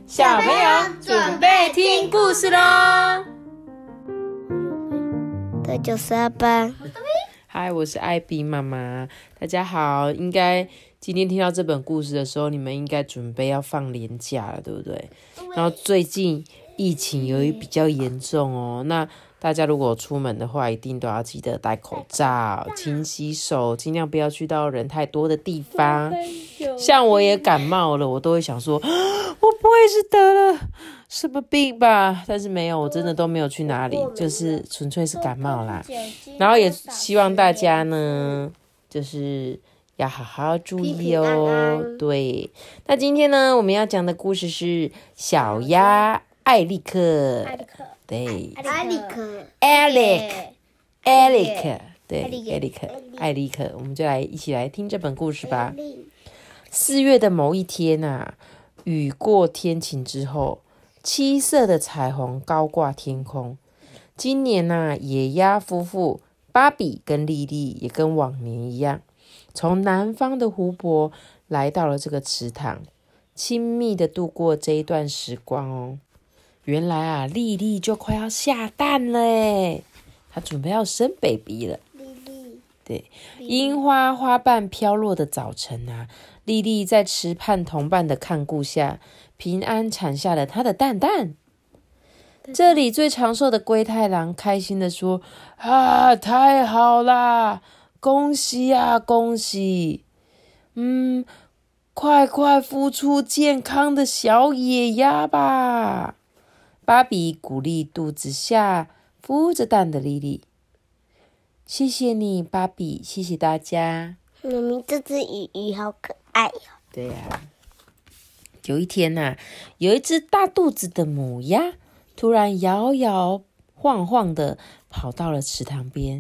小朋友准备听故事咯。 这就是阿爸。 嗨，我是艾比妈妈，大家好。应该今天听到这本故事的时候，你们应该准备要放连假了，对不对？然后最近疫情有比较严重哦，那大家如果出门的话，一定都要记得戴口罩、勤洗手，尽量不要去到人太多的地方。像我也感冒了，我都会想说，我不会是得了什么病吧？但是没有，我真的都没有去哪里，就是纯粹是感冒啦。然后也希望大家呢，就是要好好注意哦。对，那今天呢，我们要讲的故事是小鸭艾利克。对，Alec， 对，艾利克，我们就一起来听这本故事吧。4月的某一天啊，雨过天晴之后，7色的彩虹高挂天空。今年啊，野鸭夫妇芭比跟莉莉也跟往年一样，从南方的湖泊来到了这个池塘，亲密的度过这一段时光哦。原来啊，莉莉就快要下蛋了耶，她准备要生 baby 了。对，樱花花瓣飘落的早晨啊，莉莉在池畔同伴的看顾下，平安产下了她的蛋蛋。这里最长寿的龟太郎开心地说：“啊，太好啦！恭喜啊，恭喜！快孵出健康的小野鸭吧！”芭比鼓励肚子下孵着蛋的莉莉。谢谢你，芭比，谢谢大家。 妈咪，这只鱼好可爱哦。 对呀。有一天啊，有一只大肚子的母鸭突然摇摇晃晃的跑到了池塘边。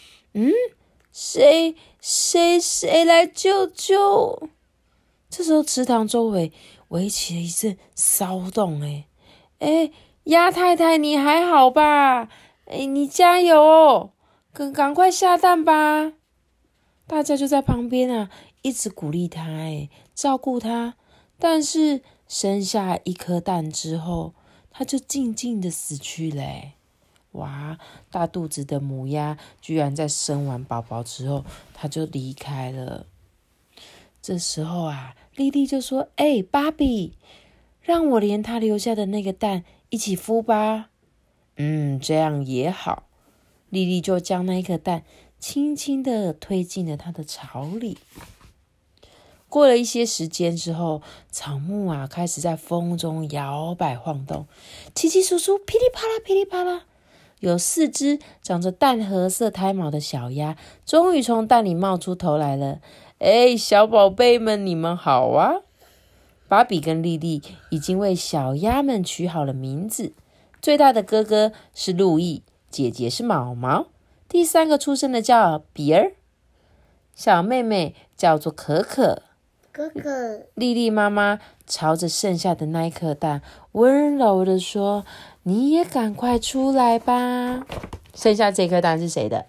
谁来救救？这时候池塘周围围起了一阵骚动。鸭太太你还好吧？你加油哦，赶快下蛋吧。大家就在旁边啊，一直鼓励她，照顾她。但是生下一颗蛋之后，她就静静的死去了。哇，大肚子的母鸭居然在生完宝宝之后，她就离开了。这时候啊，莉莉就说：“芭比，让我连她留下的那个蛋一起孵吧。”这样也好。莉莉就将那一颗蛋轻轻地推进了她的巢里。过了一些时间之后，草木啊开始在风中摇摆晃动，稀稀疏疏，噼里啪啦噼里啪啦。有4只长着淡褐色胎毛的小鸭，终于从蛋里冒出头来了。小宝贝们，你们好啊！芭比跟莉莉已经为小鸭们取好了名字。最大的哥哥是路易，姐姐是毛毛，第3个出生的叫比尔，小妹妹叫做可可。莉莉妈妈朝着剩下的那一颗蛋温柔地说：“你也赶快出来吧。”剩下这颗蛋是谁的？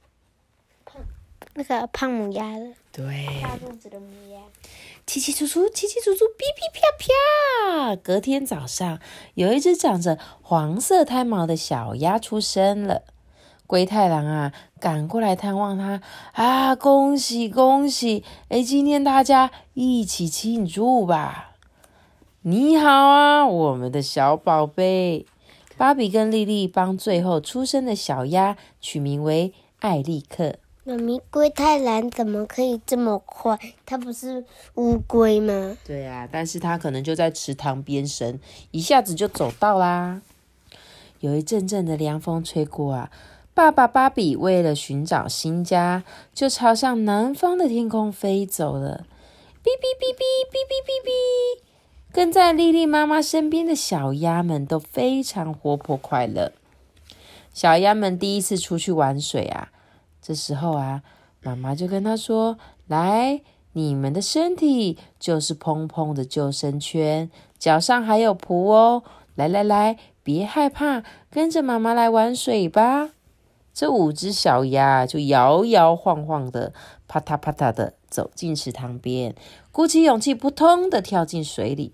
那个胖母鸭的。 对， 大肚子的母鸭。 叽叽楚楚，叽叽楚楚，噼噼啪啪。隔天早上，有一只长着黄色胎毛的小鸭出生了。龟太郎啊，赶过来探望他啊！恭喜恭喜！今天大家一起庆祝吧！你好啊，我们的小宝贝。芭比跟莉莉帮最后出生的小鸭取名为艾利克。 妈咪，龟太郎怎么可以这么快？它不是乌龟吗？ 对啊，但是它可能就在池塘边生，一下子就走到啦。有一阵阵的凉风吹过啊，爸爸芭比为了寻找新家，就朝向南方的天空飞走了。哔哔哔哔哔哔哔哔，跟在莉莉妈妈身边的小鸭们都非常活泼快乐。小鸭们第一次出去玩水啊，这时候啊，妈妈就跟他说：“来，你们的身体就是蓬蓬的救生圈，脚上还有蹼哦。来，别害怕，跟着妈妈来玩水吧。”这5只小鸭就摇摇晃晃的，啪嗒啪嗒的走进池塘边，鼓起勇气，扑通的跳进水里。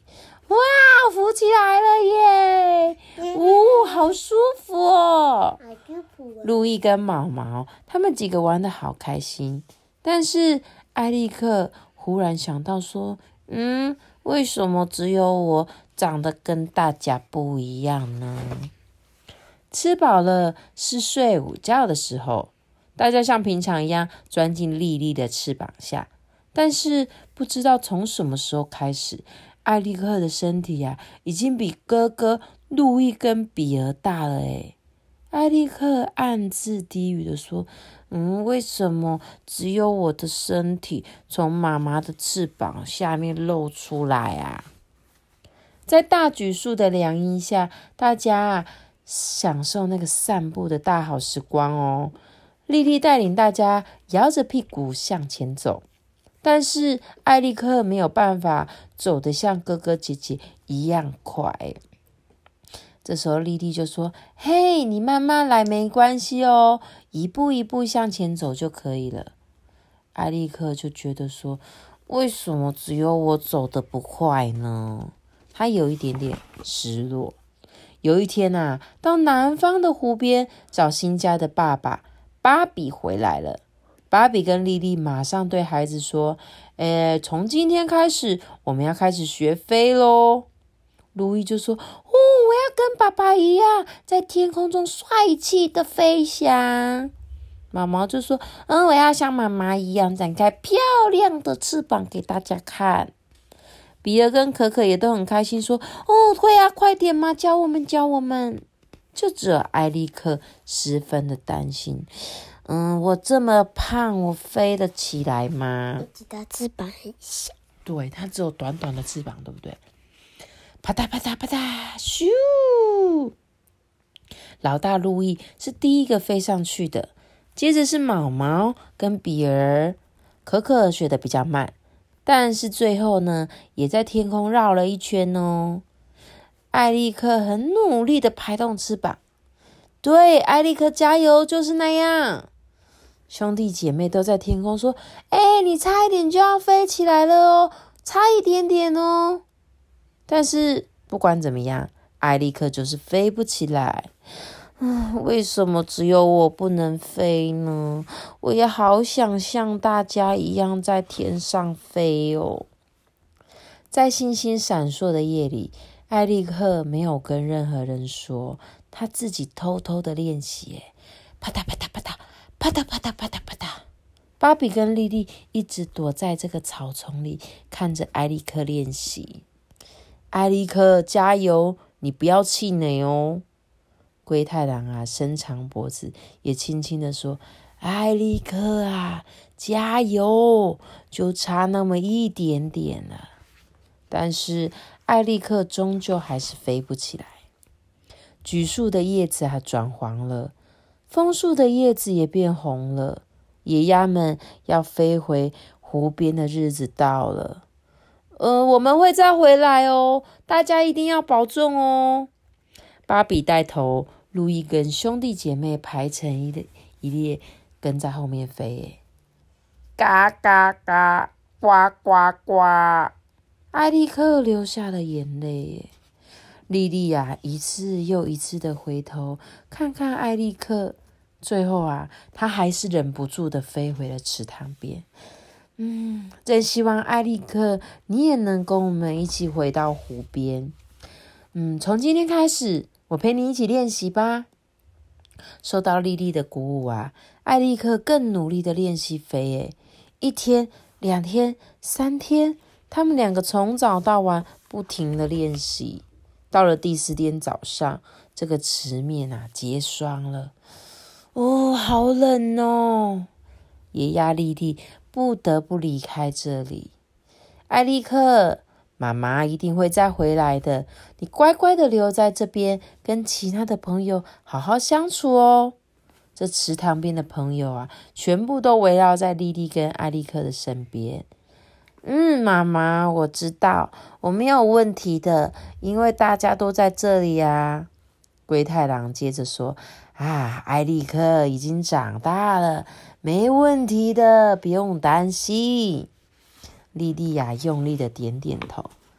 哇，浮起来了耶！好舒服哦。路易跟毛毛他们几个玩得好开心，但是艾利克忽然想到说，为什么只有我长得跟大家不一样呢？吃饱了是睡午觉的时候，大家像平常一样钻进莉莉的翅膀下，但是不知道从什么时候开始，艾利克的身体已经比哥哥路易跟比尔大了耶。艾利克暗自低语的说，为什么只有我的身体从妈妈的翅膀下面露出来啊？在大榉树的凉荫下，大家享受那个散步的大好时光哦。莉莉带领大家摇着屁股向前走，但是艾利克没有办法走得像哥哥姐姐一样快。这时候莉莉就说，嘿，你慢慢来没关系哦，一步一步向前走就可以了。艾利克就觉得说，为什么只有我走得不快呢？他有一点点失落。有一天到南方的湖边找新家的爸爸芭比回来了。芭比跟莉莉马上对孩子说，从今天开始我们要开始学飞咯。路易就说，我要跟爸爸一样在天空中帅气的飞翔。毛毛就说，我要像妈妈一样展开漂亮的翅膀给大家看。比尔跟可可也都很开心说，会啊，快点嘛，教我们。就只有艾利克十分的担心，我这么胖，我飞得起来吗？ 我知道翅膀很小。 对，它只有短短的翅膀，对不对？啪嗒啪嗒啪嗒，咻！老大路易是第一个飞上去的，接着是毛毛跟比尔，可可学得比较慢，但是最后呢，也在天空绕了一圈哦。艾利克很努力的拍动翅膀，对，艾利克加油，就是那样。兄弟姐妹都在天空说，你差一点就要飞起来了哦，差一点点哦。但是不管怎么样，艾利克就是飞不起来。为什么只有我不能飞呢？我也好想像大家一样在天上飞哦。在星星闪烁的夜里，艾利克没有跟任何人说，他自己偷偷的练习。啪嗒啪嗒啪嗒，啪嗒啪嗒啪嗒啪嗒。芭比跟莉莉一直躲在这个草丛里，看着艾利克练习。艾利克加油，你不要气馁哦。龟太郎伸长脖子，也轻轻地说，艾利克加油，就差那么一点点了。但是艾利克终究还是飞不起来。榉树的叶子转黄了，枫树的叶子也变红了，野鸭们要飞回湖边的日子到了。我们会再回来哦，大家一定要保重哦。芭比带头，路易跟兄弟姐妹排成一列，跟在后面飞。嘎嘎嘎，呱呱呱。艾利克流下了眼泪。莉莉一次又一次的回头看看艾利克，最后她还是忍不住的飞回了池塘边。真希望艾利克你也能跟我们一起回到湖边。从今天开始，我陪你一起练习吧。受到莉莉的鼓舞艾利克更努力的练习飞。1天、2天、3天，他们2个从早到晚不停的练习。到了第4天早上，这个池面结霜了。好冷哦！野鸭莉莉不得不离开这里。艾利克，妈妈一定会再回来的，你乖乖的留在这边，跟其他的朋友好好相处哦。这池塘边的朋友全部都围绕在莉莉跟艾利克的身边。妈妈，我知道，我没有问题的，因为大家都在这里啊。龟太郎接着说，艾利克已经长大了，没问题的，不用担心。莉莉用力的点点头。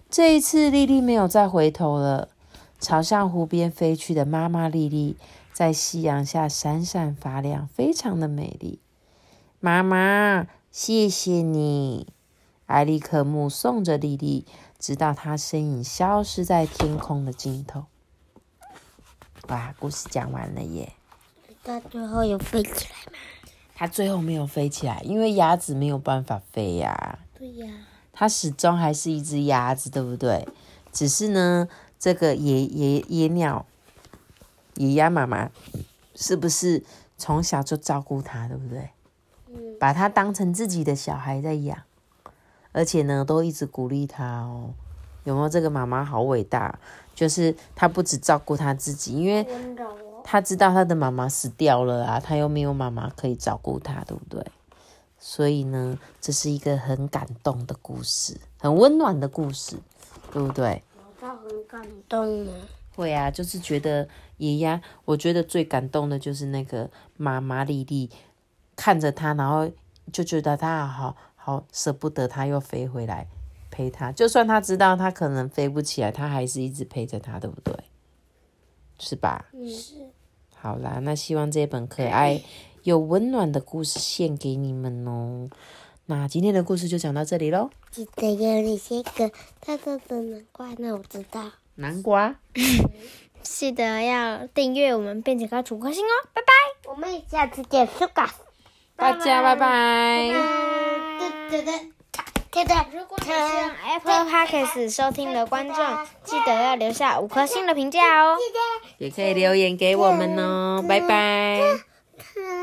这一次，莉莉没有再回头了。朝向湖边飞去的妈妈莉莉，在夕阳下闪闪发亮，非常的美丽。妈妈，谢谢你！艾利克目送着莉莉，直到她身影消失在天空的尽头。哇，故事讲完了耶！ 它最后有飞起来吗？ 它最后没有飞起来，因为鸭子没有办法飞呀。 对呀。 它始终还是一只鸭子，对不对？只是呢，这个野鸟、野鸭妈妈是不是从小就照顾它，对不对？把它当成自己的小孩在养，而且呢，都一直鼓励它哦。有没有这个妈妈好伟大？就是她不只照顾她自己，因为她知道她的妈妈死掉了啊，她又没有妈妈可以照顾她，对不对？所以呢，这是一个很感动的故事，很温暖的故事，对不对？ 我倒很感动呢。 会啊，就是觉得野鸭，我觉得最感动的就是那个妈妈莉莉看着他，然后就觉得他好舍不得他又飞回来陪他，就算他知道他可能飞不起来，他还是一直陪着他，对不对？是吧？ 是。 好啦，那希望这本可爱又温暖的故事献给你们哦。那今天的故事就讲到这里咯。 记得要那些个大大的南瓜，那我知道。 南瓜。 记得要订阅我们并且开5颗星哦，拜拜。 我们下次见，苏嘎。 大家拜拜。 如果你是用 Apple Podcast 收听的观众，记得要留下5颗星的评价哦。 也可以留言给我们哦，拜拜。